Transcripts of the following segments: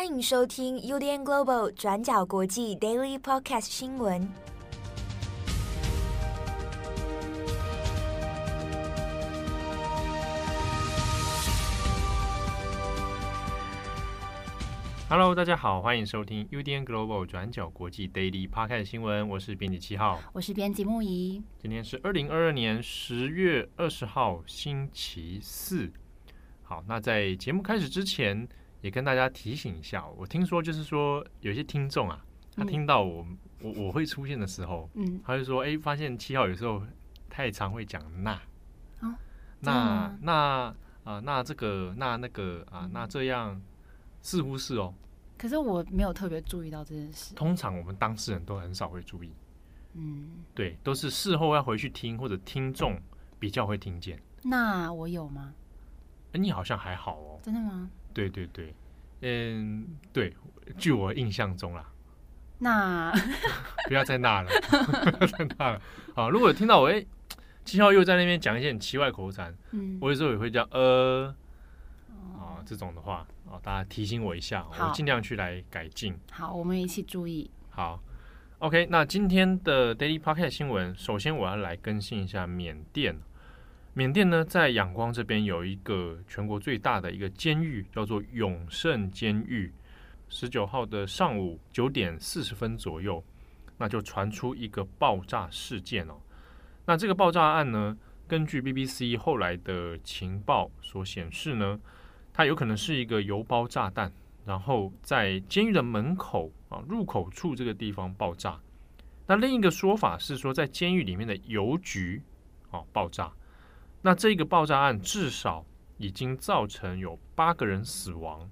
欢迎收听 UDN Global 转角国际 Daily Podcast 新闻。 Hello， 大家好，欢迎收听 UDN Global 转角国际 Daily Podcast 新闻，我是编辑7号， 我是编辑木仪。 今天是2022年10月20号，星期四。好，那在节目开始之前，也跟大家提醒一下，我听说就是说有些听众啊，他听到我会出现的时候，他就说，发现7号有时候太常会讲那这个那个啊，那这样。似乎是哦， 可是我没有特别注意到这件事。 通常我们当事人都很少会注意，对，都是事后要回去听，或者听众比较会听见。 那我有吗？ 你好像还好哦。 真的吗？ 对对对，对，据我印象中啦。 那不要再那了，不要再那了。好，如果有听到我7号又在那边讲一些很奇怪口头禅，我有时候也会讲这种的话，大家提醒我一下，我尽量去来改进。 好，我们一起注意。 好 ，OK， 那今天的 Daily Podcast 新闻，首先我要来更新一下缅甸。缅甸呢，在仰光这边有一个全国最大的一个监狱，叫做永胜监狱。19号的上午9点40分左右，那就传出一个爆炸事件哦。那这个爆炸案呢，根据 BBC 后来的情报所显示呢，它有可能是一个邮包炸弹，然后在监狱的门口入口处这个地方爆炸。那另一个说法是说，在监狱里面的邮局爆炸。那这个爆炸案至少已经造成有8个人死亡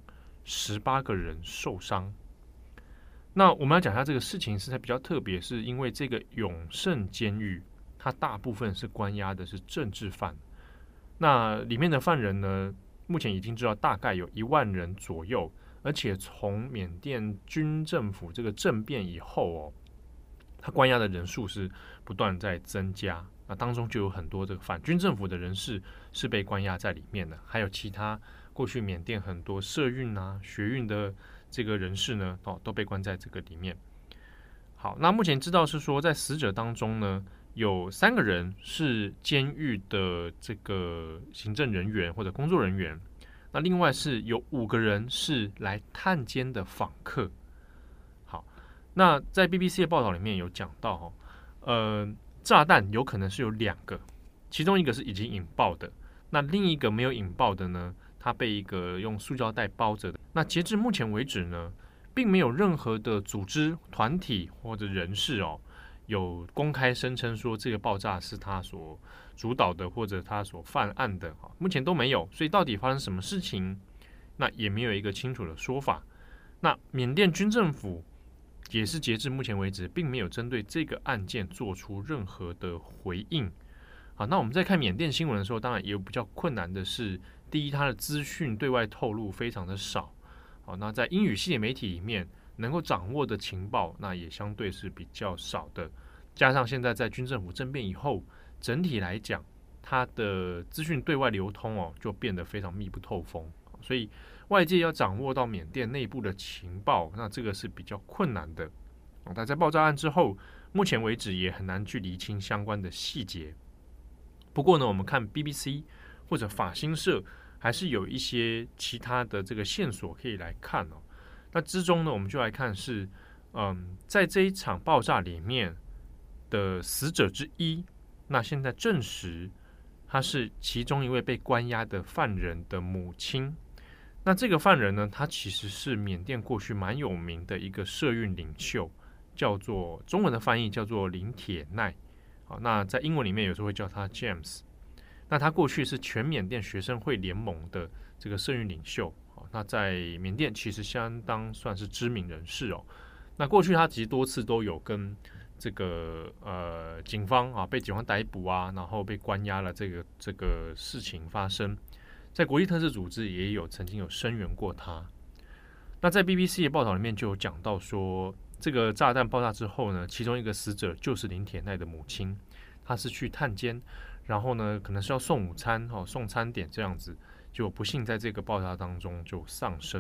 ，18个人受伤。那我们要讲一下这个事情是比较特别，是因为这个永胜监狱，它大部分是关押的是政治犯。那里面的犯人呢，目前已经知道大概有1万人左右，而且从缅甸军政府这个政变以后他关押的人数是不断在增加。那当中就有很多这个反军政府的人士是被关押在里面的，还有其他过去缅甸很多社运学运的这个人士呢，都被关在这个里面。好，那目前知道是说，在死者当中呢，有3个人是监狱的这个行政人员或者工作人员，那另外是有5个人是来探监的访客。好，那在 BBC 的报道里面有讲到炸弹有可能是有2个，其中一个是已经引爆的，那另一个没有引爆的呢，它被一个用塑胶袋包着的。那截至目前为止呢，并没有任何的组织、团体或者人士有公开声称说这个爆炸是他所主导的或者他所犯案的，目前都没有。所以到底发生什么事情，那也没有一个清楚的说法。那缅甸军政府也是截至目前为止，并没有针对这个案件做出任何的回应。好，那我们在看缅甸新闻的时候，当然也有比较困难的是，第一，它的资讯对外透露非常的少。好，那在英语系的媒体里面，能够掌握的情报，那也相对是比较少的。加上现在在军政府政变以后，整体来讲，它的资讯对外流通就变得非常密不透风。所以外界要掌握到缅甸内部的情报，那这个是比较困难的。但在爆炸案之后，目前为止也很难去厘清相关的细节。不过呢，我们看 BBC 或者法新社，还是有一些其他的这个线索可以来看那之中呢，我们就来看是，在这一场爆炸里面的死者之一，那现在证实他是其中一位被关押的犯人的母亲。那这个犯人呢，他其实是缅甸过去蛮有名的一个社运领袖，叫做中文的翻译叫做林铁奈。好，那在英文里面有时候会叫他 James。那他过去是全缅甸学生会联盟的这个社运领袖。好，那在缅甸其实相当算是知名人士那过去他其实多次都有跟这个警方被警方逮捕然后被关押了这个事情发生。在国际特赦组织也曾经有声援过他。那在 BBC 的报道里面就有讲到说，这个炸弹爆炸之后呢，其中一个死者就是林铁奈的母亲，她是去探监，然后呢可能是要送午餐送餐点这样子，就不幸在这个爆炸当中就丧生了。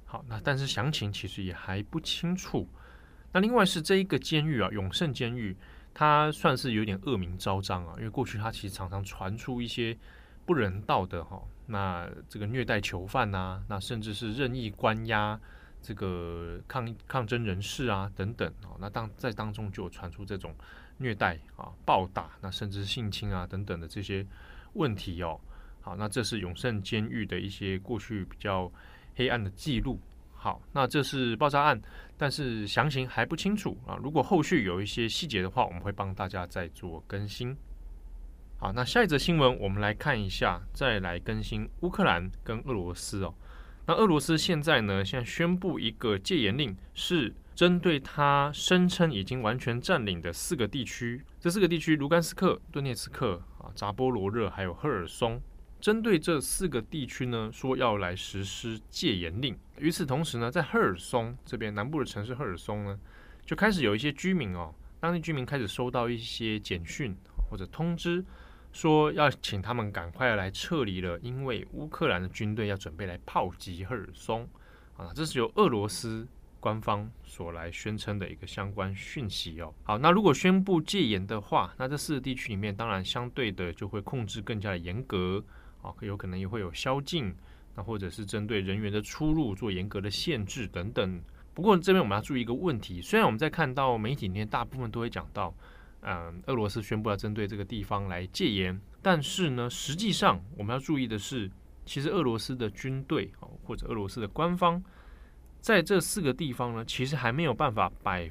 好，那但是详情其实也还不清楚。那另外是这一个监狱啊，永胜监狱，它算是有点恶名昭彰啊，因为过去它其实常常传出一些不人道的那这个虐待囚犯啊，那甚至是任意关押这个抗争人士啊等等那在当中就有传出这种虐待暴打，那甚至是性侵啊等等的这些问题好，那这是永胜监狱的一些过去比较黑暗的记录。好，那这是爆炸案，但是详情还不清楚如果后续有一些细节的话，我们会帮大家再做更新。好，那下一则新闻我们来看一下，再来更新乌克兰跟俄罗斯那俄罗斯现在宣布一个戒严令，是针对他声称已经完全占领的4个地区，这4个地区卢甘斯克、顿涅茨克扎波罗热还有赫尔松，针对这4个地区说要来实施戒严令。与此同时在赫尔松这边南部的城市赫尔松就开始有一些居民当地居民开始收到一些简讯或者通知，说要请他们赶快来撤离了，因为乌克兰的军队要准备来炮击赫尔松这是由俄罗斯官方所来宣称的一个相关讯息好，那如果宣布戒严的话，那这4个地区里面当然相对的就会控制更加的严格有可能也会有宵禁，那或者是针对人员的出入做严格的限制等等。不过这边我们要注意一个问题，虽然我们在看到媒体里面大部分都会讲到俄罗斯宣布要针对这个地方来戒严，但是实际上我们要注意的是，其实俄罗斯的军队或者俄罗斯的官方在这4个地方其实还没有办法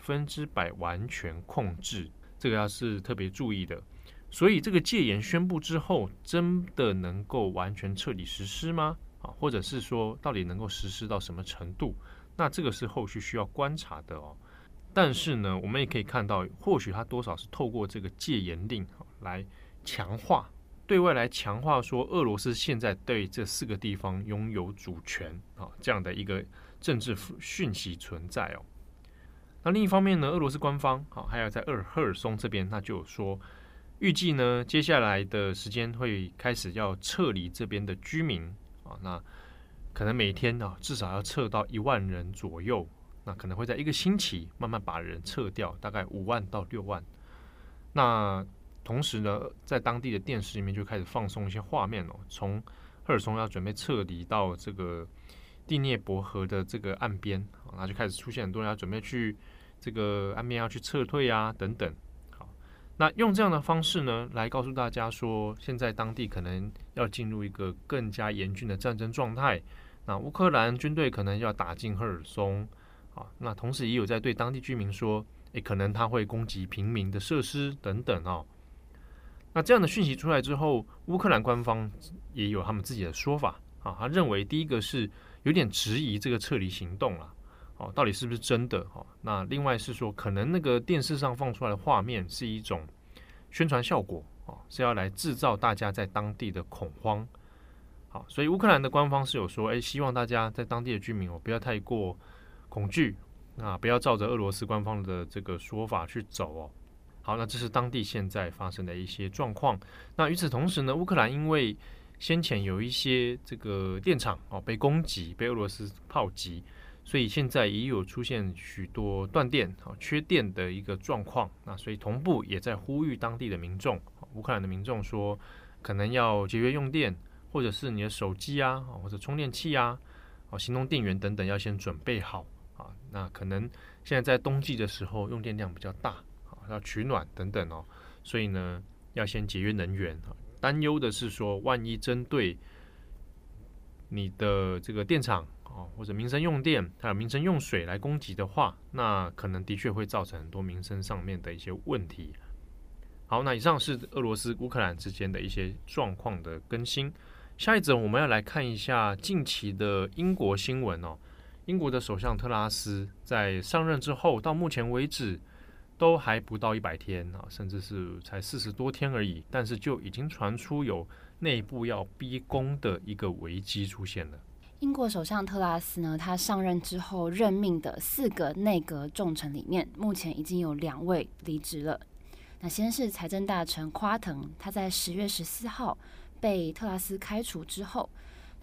100%完全控制，这个要是特别注意的。所以这个戒严宣布之后，真的能够完全彻底实施吗？或者是说到底能够实施到什么程度？那这个是后续需要观察的但是我们也可以看到，或许它多少是透过这个戒严令来强化，对外来强化说俄罗斯现在对这4个地方拥有主权这样的一个政治讯息存在那另一方面俄罗斯官方还有在赫尔松这边，那就有说预计接下来的时间会开始要撤离这边的居民那可能每天至少要撤到1万人左右，那可能会在1个星期慢慢把人撤掉，大概5万到6万。那同时在当地的电视里面就开始放送一些画面从赫尔松要准备撤离到这个第聂伯河的这个岸边然后就开始出现很多人要准备去这个岸边要去撤退等等。好，那用这样的方式来告诉大家说，现在当地可能要进入一个更加严峻的战争状态，那乌克兰军队可能要打进赫尔松那同时也有在对当地居民说可能他会攻击平民的设施等等那这样的讯息出来之后，乌克兰官方也有他们自己的说法他认为第一个是有点质疑这个撤离行动到底是不是真的那另外是说可能那个电视上放出来的画面是一种宣传效果是要来制造大家在当地的恐慌。好，所以乌克兰的官方是有说希望大家在当地的居民不要太过恐惧不要照着俄罗斯官方的这个说法去走好，那这是当地现在发生的一些状况。那与此同时乌克兰因为先前有一些这个电厂被攻击，被俄罗斯炮击，所以现在也有出现许多断电缺电的一个状况。那所以同步也在呼吁当地的民众，乌克兰的民众说，可能要节约用电，或者是你的手机或者充电器行动电源等等要先准备好那可能现在在冬季的时候用电量比较大要取暖等等所以要先节约能源。担忧的是说，万一针对你的这个电厂或者民生用电还有民生用水来攻击的话，那可能的确会造成很多民生上面的一些问题。好，那以上是俄罗斯乌克兰之间的一些状况的更新。下一则我们要来看一下近期的英国新闻英国的首相特拉斯在上任之后到目前为止都还不到100天甚至是才40多天而已，但是就已经传出有内部要逼宫的一个危机出现了。 英国首相特拉斯呢，他上任之后任命的4个内阁重臣里面，目前已经有2位离职了。那先是财政大臣夸腾，他在10月14号被特拉斯开除之后，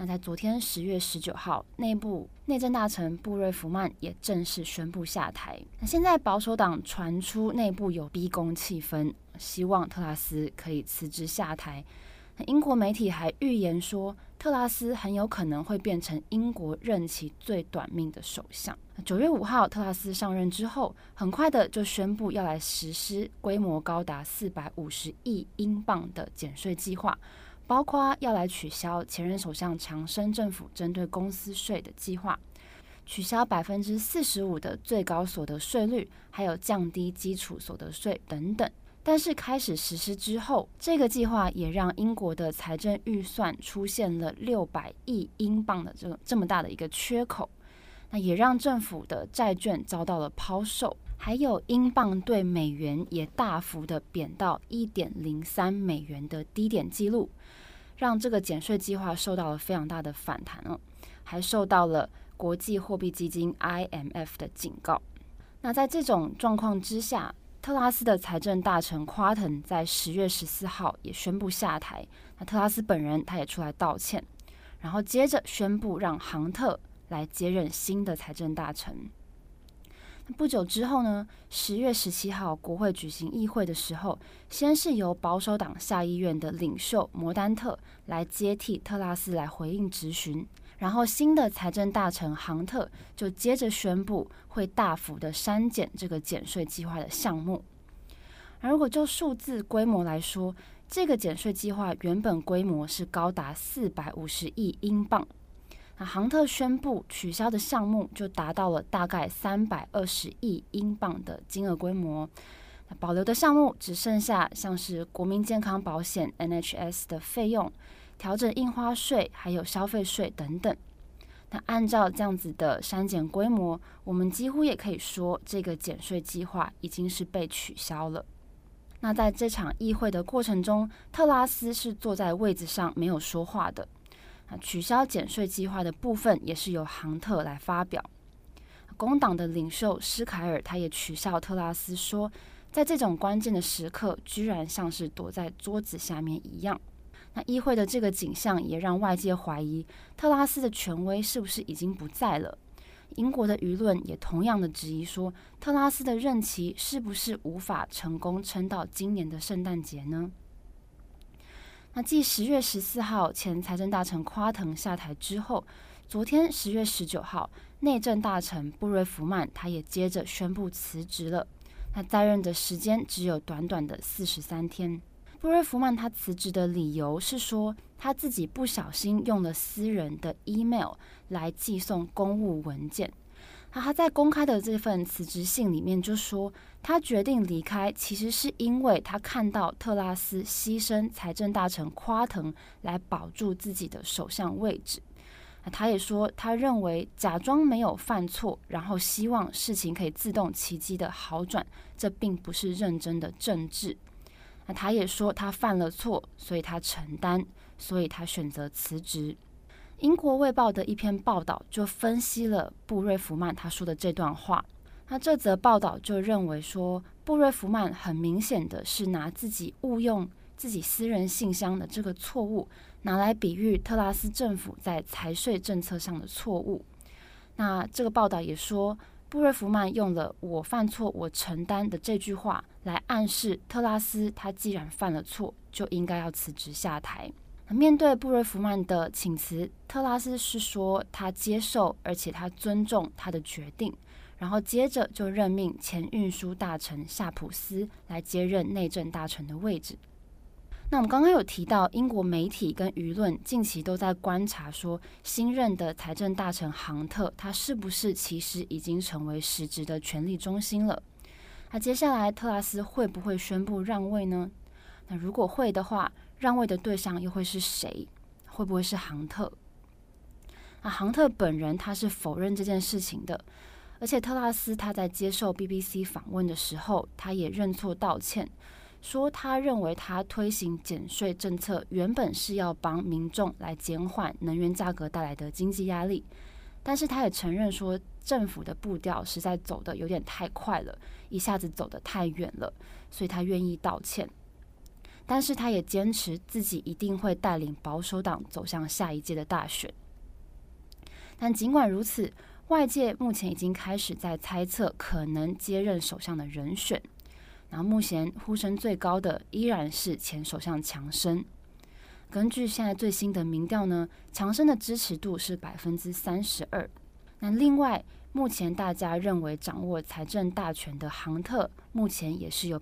那在昨天10月19号，内政大臣布瑞弗曼也正式宣布下台。那现在保守党传出内部有逼宫气氛，希望特拉斯可以辞职下台。那英国媒体还预言说，特拉斯很有可能会变成英国任期最短命的首相。9月5号，特拉斯上任之后，很快的就宣布要来实施规模高达450亿英镑的减税计划，包括要来取消前任首相强生政府针对公司税的计划，取消45%的最高所得税率，还有降低基础所得税等等。但是开始实施之后，这个计划也让英国的财政预算出现了600亿英镑的这么大的一个缺口，那也让政府的债券遭到了抛售，还有英镑对美元也大幅的贬到1.03美元的低点记录，让这个减税计划受到了非常大的反弹哦，还受到了国际货币基金 IMF 的警告。那在这种状况之下，特拉斯的财政大臣夸腾在10月14号也宣布下台。那特拉斯本人他也出来道歉，然后接着宣布让杭特来接任新的财政大臣。不久之后呢，10月17号国会举行议会的时候，先是由保守党下议院的领袖摩丹特来接替特拉斯来回应质询，然后新的财政大臣杭特就接着宣布会大幅的删减这个减税计划的项目。而如果就数字规模来说，这个减税计划原本规模是高达450亿英镑，那杭特宣布取消的项目就达到了大概320亿英镑的金额规模。那保留的项目只剩下像是国民健康保险 NHS 的费用、调整印花税还有消费税等等。那按照这样子的删减规模，我们几乎也可以说这个减税计划已经是被取消了。那在这场议会的过程中，特拉斯是坐在位子上没有说话的。取消减税计划的部分也是由杭特来发表。工党的领袖施凯尔他也取笑特拉斯说，在这种关键的时刻，居然像是躲在桌子下面一样。那议会的这个景象也让外界怀疑特拉斯的权威是不是已经不在了。英国的舆论也同样的质疑说，特拉斯的任期是不是无法成功撑到今年的圣诞节呢？那继10月14号前财政大臣夸腾下台之后，昨天10月19号，内政大臣布瑞弗曼他也接着宣布辞职了。那在任的时间只有短短的43天。布瑞弗曼他辞职的理由是说，他自己不小心用了私人的 email 来寄送公务文件。他在公开的这份辞职信里面就说，他决定离开其实是因为他看到特拉斯牺牲财政大臣夸腾来保住自己的首相位置。他也说，他认为假装没有犯错，然后希望事情可以自动奇迹的好转，这并不是认真的政治。那他也说他犯了错，所以他承担，所以他选择辞职。英国卫报的一篇报道就分析了布瑞弗曼他说的这段话。那这则报道就认为说，布瑞弗曼很明显的是拿自己误用自己私人信箱的这个错误，拿来比喻特拉斯政府在财税政策上的错误。那这个报道也说，布瑞弗曼用了我犯错我承担的这句话来暗示特拉斯他既然犯了错，就应该要辞职下台。面对布瑞弗曼的请辞，特拉斯是说他接受，而且他尊重他的决定，然后接着就任命前运输大臣夏普斯来接任内政大臣的位置。那我们刚刚有提到，英国媒体跟舆论近期都在观察说，新任的财政大臣杭特他是不是其实已经成为实质的权力中心了。那接下来特拉斯会不会宣布让位呢？那如果会的话，让位的对象又会是谁？会不会是杭特？那杭特本人他是否认这件事情的，而且特拉斯他在接受 BBC 访问的时候，他也认错道歉，说他认为他推行减税政策原本是要帮民众来减缓能源价格带来的经济压力，但是他也承认说政府的步调实在走得有点太快了，一下子走得太远了，所以他愿意道歉。 但是他也坚持自己一定会带领保守党走向下一届的大选。但尽管如此，外界目前已经开始在猜测可能接任首相的人选。然后目前呼声最高的依然是前首相强生。根据现在最新的民调呢，强生的支持度是32%。那另外，目前大家认为掌握财政大权的杭特，目前也是有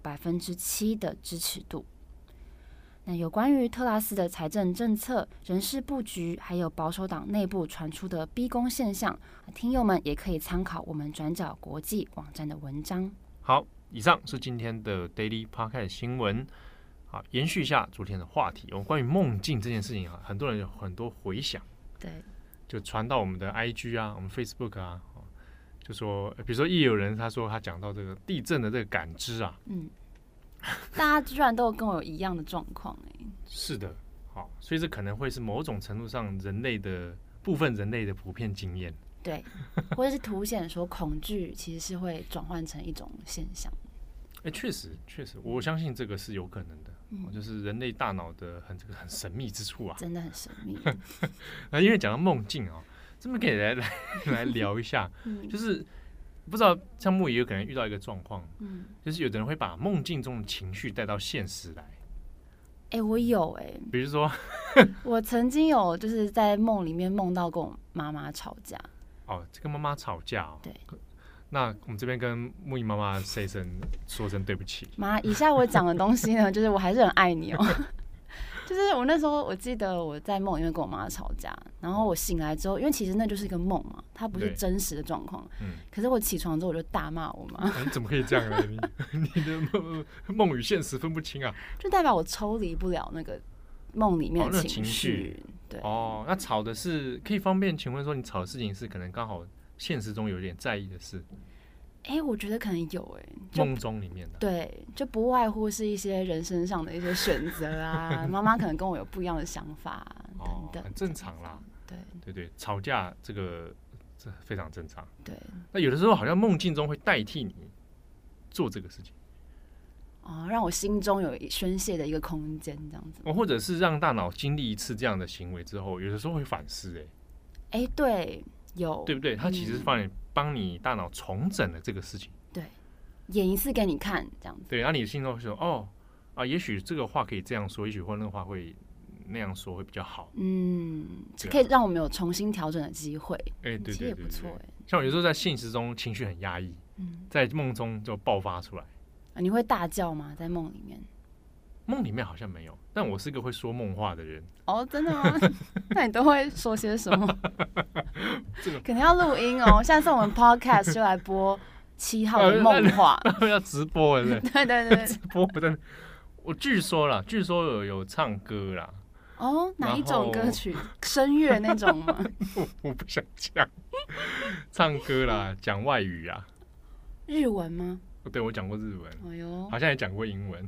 7%的支持度。那有关于特拉斯的财政政策、人事布局，还有保守党内部传出的逼宫现象，听友们也可以参考我们转角国际网站的文章。 好，以上是今天的 Daily Podcast 新闻。好，延续一下昨天的话题，关于梦境这件事情啊，很多人有很多回响， 对， 就传到我们的 IG 啊，我们 Facebook 啊，就说，比如说也有人他说他讲到这个地震的这个感知啊， 大家居然都跟我有一样的状况是的，好，所以这可能会是某种程度上部分人类的普遍经验， 对，或者是凸显说恐惧其实是会转换成一种现象。 确实，我相信这个是有可能的，就是人类大脑的很神秘之处啊， 真的很神秘。 那因为讲到梦境啊，这么可以来聊一下，就是不知道像木也有可能遇到一个状况，就是有的人会把梦境中的情绪带到现实来。 我有比如说， 我曾经有就是在梦里面梦到跟我妈妈吵架。 跟妈妈吵架对。 那我们这边跟木易妈妈说声对不起。 妈，以下我讲的东西呢，就是我还是很爱你就是我那时候我记得我在梦里面跟我妈吵架，然后我醒来之后，因为其实那就是一个梦嘛，它不是真实的状况。可是我起床之后我就大骂我妈。 你怎么可以这样呢？你的梦与现实分不清啊！ 就代表我抽离不了那个梦里面的情绪。 对。 那吵的是可以方便请问说你吵的事情是可能刚好现实中有点在意的事？ 我觉得可能有梦中里面的。 对，就不外乎是一些人生上的一些选择啊，妈妈可能跟我有不一样的想法等等， 很正常啦。对，吵架这非常正常。 对， 那有的时候好像梦境中会代替你做这个事情， 让我心中有宣泄的一个空间，这样子。 或者是让大脑经历一次这样的行为之后，有的时候会反思。 对，有， 对不对？它其实是帮你大脑重整了这个事情， 对，演一次给你看，这样子。 对，然后你心中会说，也许这个话可以这样说，也许或那个话会那样说会比较好。 可以让我们有重新调整的机会。 对， 其实也不错。 像我有时候在现实中情绪很压抑，在梦中就爆发出来。 你会大叫吗？在梦里面？ 梦里面好像没有，但我是个会说梦话的人。 真的吗？那你都会说些什么？肯定要录音下次我们 podcast 就来播7号的梦话。 要直播了， 对， 直播的。我据说有唱歌啦。 哪一种歌曲？声乐那种吗？ 我不想讲。唱歌啦，讲外语啊。 日文吗？ 对，我讲过日文， 好像也讲过英文。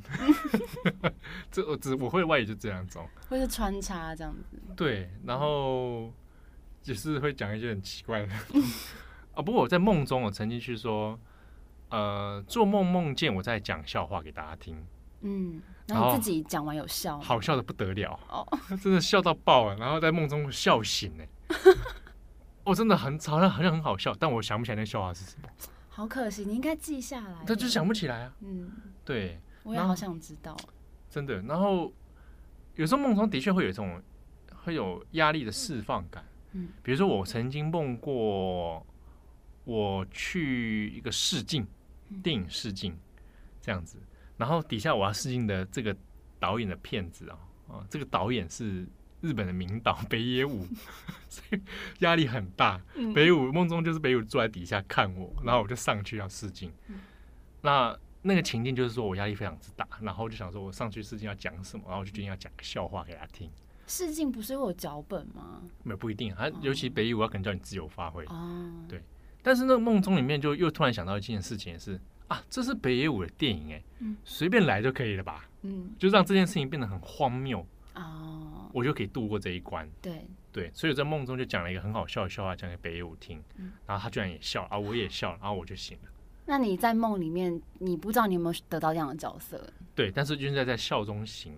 我会外语就这两种， 会是穿插这样子。 对，然后就是会讲一些很奇怪的。不过我在梦中，我曾经去说，做梦见我在讲笑话给大家听。 然后自己讲完有笑， 好笑的不得了，真的笑到爆了，然后在梦中笑醒真的好像很好笑，但我想不起来那笑话是什么。 好可惜，你应该记下来。 他就想不起来啊。对， 我也好想知道。 真的，然后有时候梦中的确会有压力的释放感。比如说我曾经梦过我去一个试镜，电影试镜这样子，然后底下我要试镜的这个导演的片子这个导演是日本的名导北野武，所以压力很大。北野武梦中就是北野武坐在底下看我，然后我就上去要试镜。那个情境就是说我压力非常之大，然后就想说我上去试镜要讲什么，然后我就决定要讲个笑话给他听。 试镜不是有脚本吗？ 没有，不一定。尤其北野武他可能叫你自由发挥。对。但是那个梦中里面就又突然想到一件事情是这是北野武的电影随便来就可以了吧？就让这件事情变得很荒谬。我就可以度过这一关。对，所以我在梦中就讲了一个很好笑的笑话，讲给北野武听，然后他居然也笑了，我也笑了，然后我就醒了。 那你在梦里面，你不知道你有没有得到这样的角色？ 对，但是就是在笑中醒来。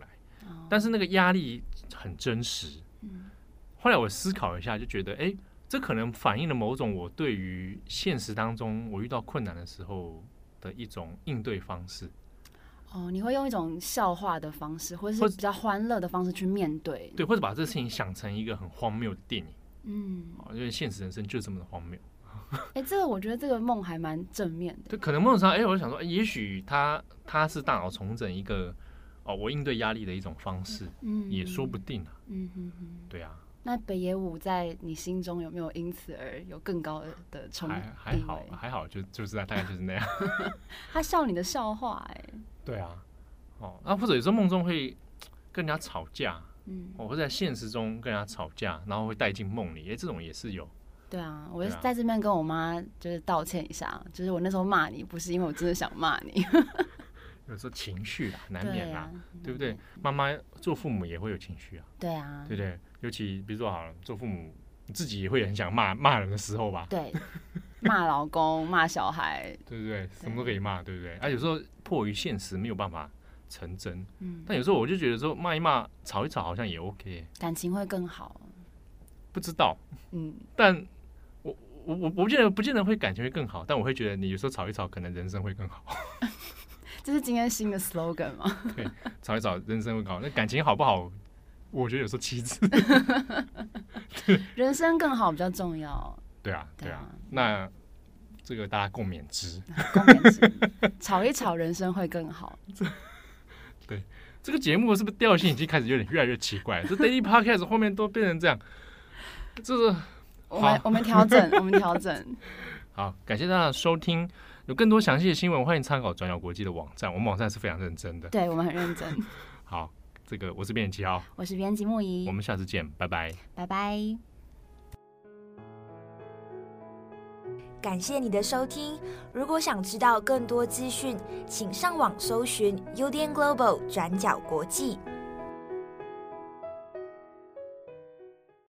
但是那个压力很真实。后来我思考一下，就觉得，这可能反映了某种我对于现实当中我遇到困难的时候的一种应对方式。 你会用一种笑话的方式，或者是比较欢乐的方式去面对， 对，或者把这事情想成一个很荒谬的电影。因为现实人生就这么的荒谬。 这个我觉得这个梦还蛮正面的。 对，可能梦上，我就想说，也许他是大脑重整一个我应对压力的一种方式，也说不定啊。对啊。 那北野武在你心中有没有因此而有更高的地位？ 还好，就是大概就是那样。 他笑你的笑话， 对啊。或者有时候梦中会跟人家吵架，或者在现实中跟人家吵架，然后会带进梦里，这种也是有。 对啊，我在这边跟我妈就是道歉一下，就是我那时候骂你，不是因为我真的想骂你。 有时候情绪啦，难免啦，对不对？妈妈做父母也会有情绪啊， 对啊， 对不对？尤其比如说好了，做父母你自己也会很想骂人的时候吧？ 对，骂老公、骂小孩， 对不对？什么都可以骂，对不对？有时候迫于现实没有办法成真，但有时候我就觉得说骂一骂、吵一吵好像也 OK， 感情会更好。 不知道，但我不见得会感情会更好，但我会觉得你有时候吵一吵，可能人生会更好。 这是今天新的 slogan 吗？ 对，吵一吵，人生会更好。那感情好不好？我觉得有时候其次。 人生更好比较重要。 对啊。那这个大家共勉之。 吵一吵，人生会更好。 对，这个节目是不是调性已经开始有点越来越奇怪了？这 Daily Podcast 后面都变成这样， 我们调整。 好，感谢大家的收听。有更多详细的新闻，欢迎参考转角国际的网站。我们网站是非常认真的， 对我们很认真。 好，我是编辑7号， 我是编辑木仪， 我们下次见，拜拜， 拜拜。 感谢你的收听。如果想知道更多资讯，请上网搜寻 UDN Global 转角国际。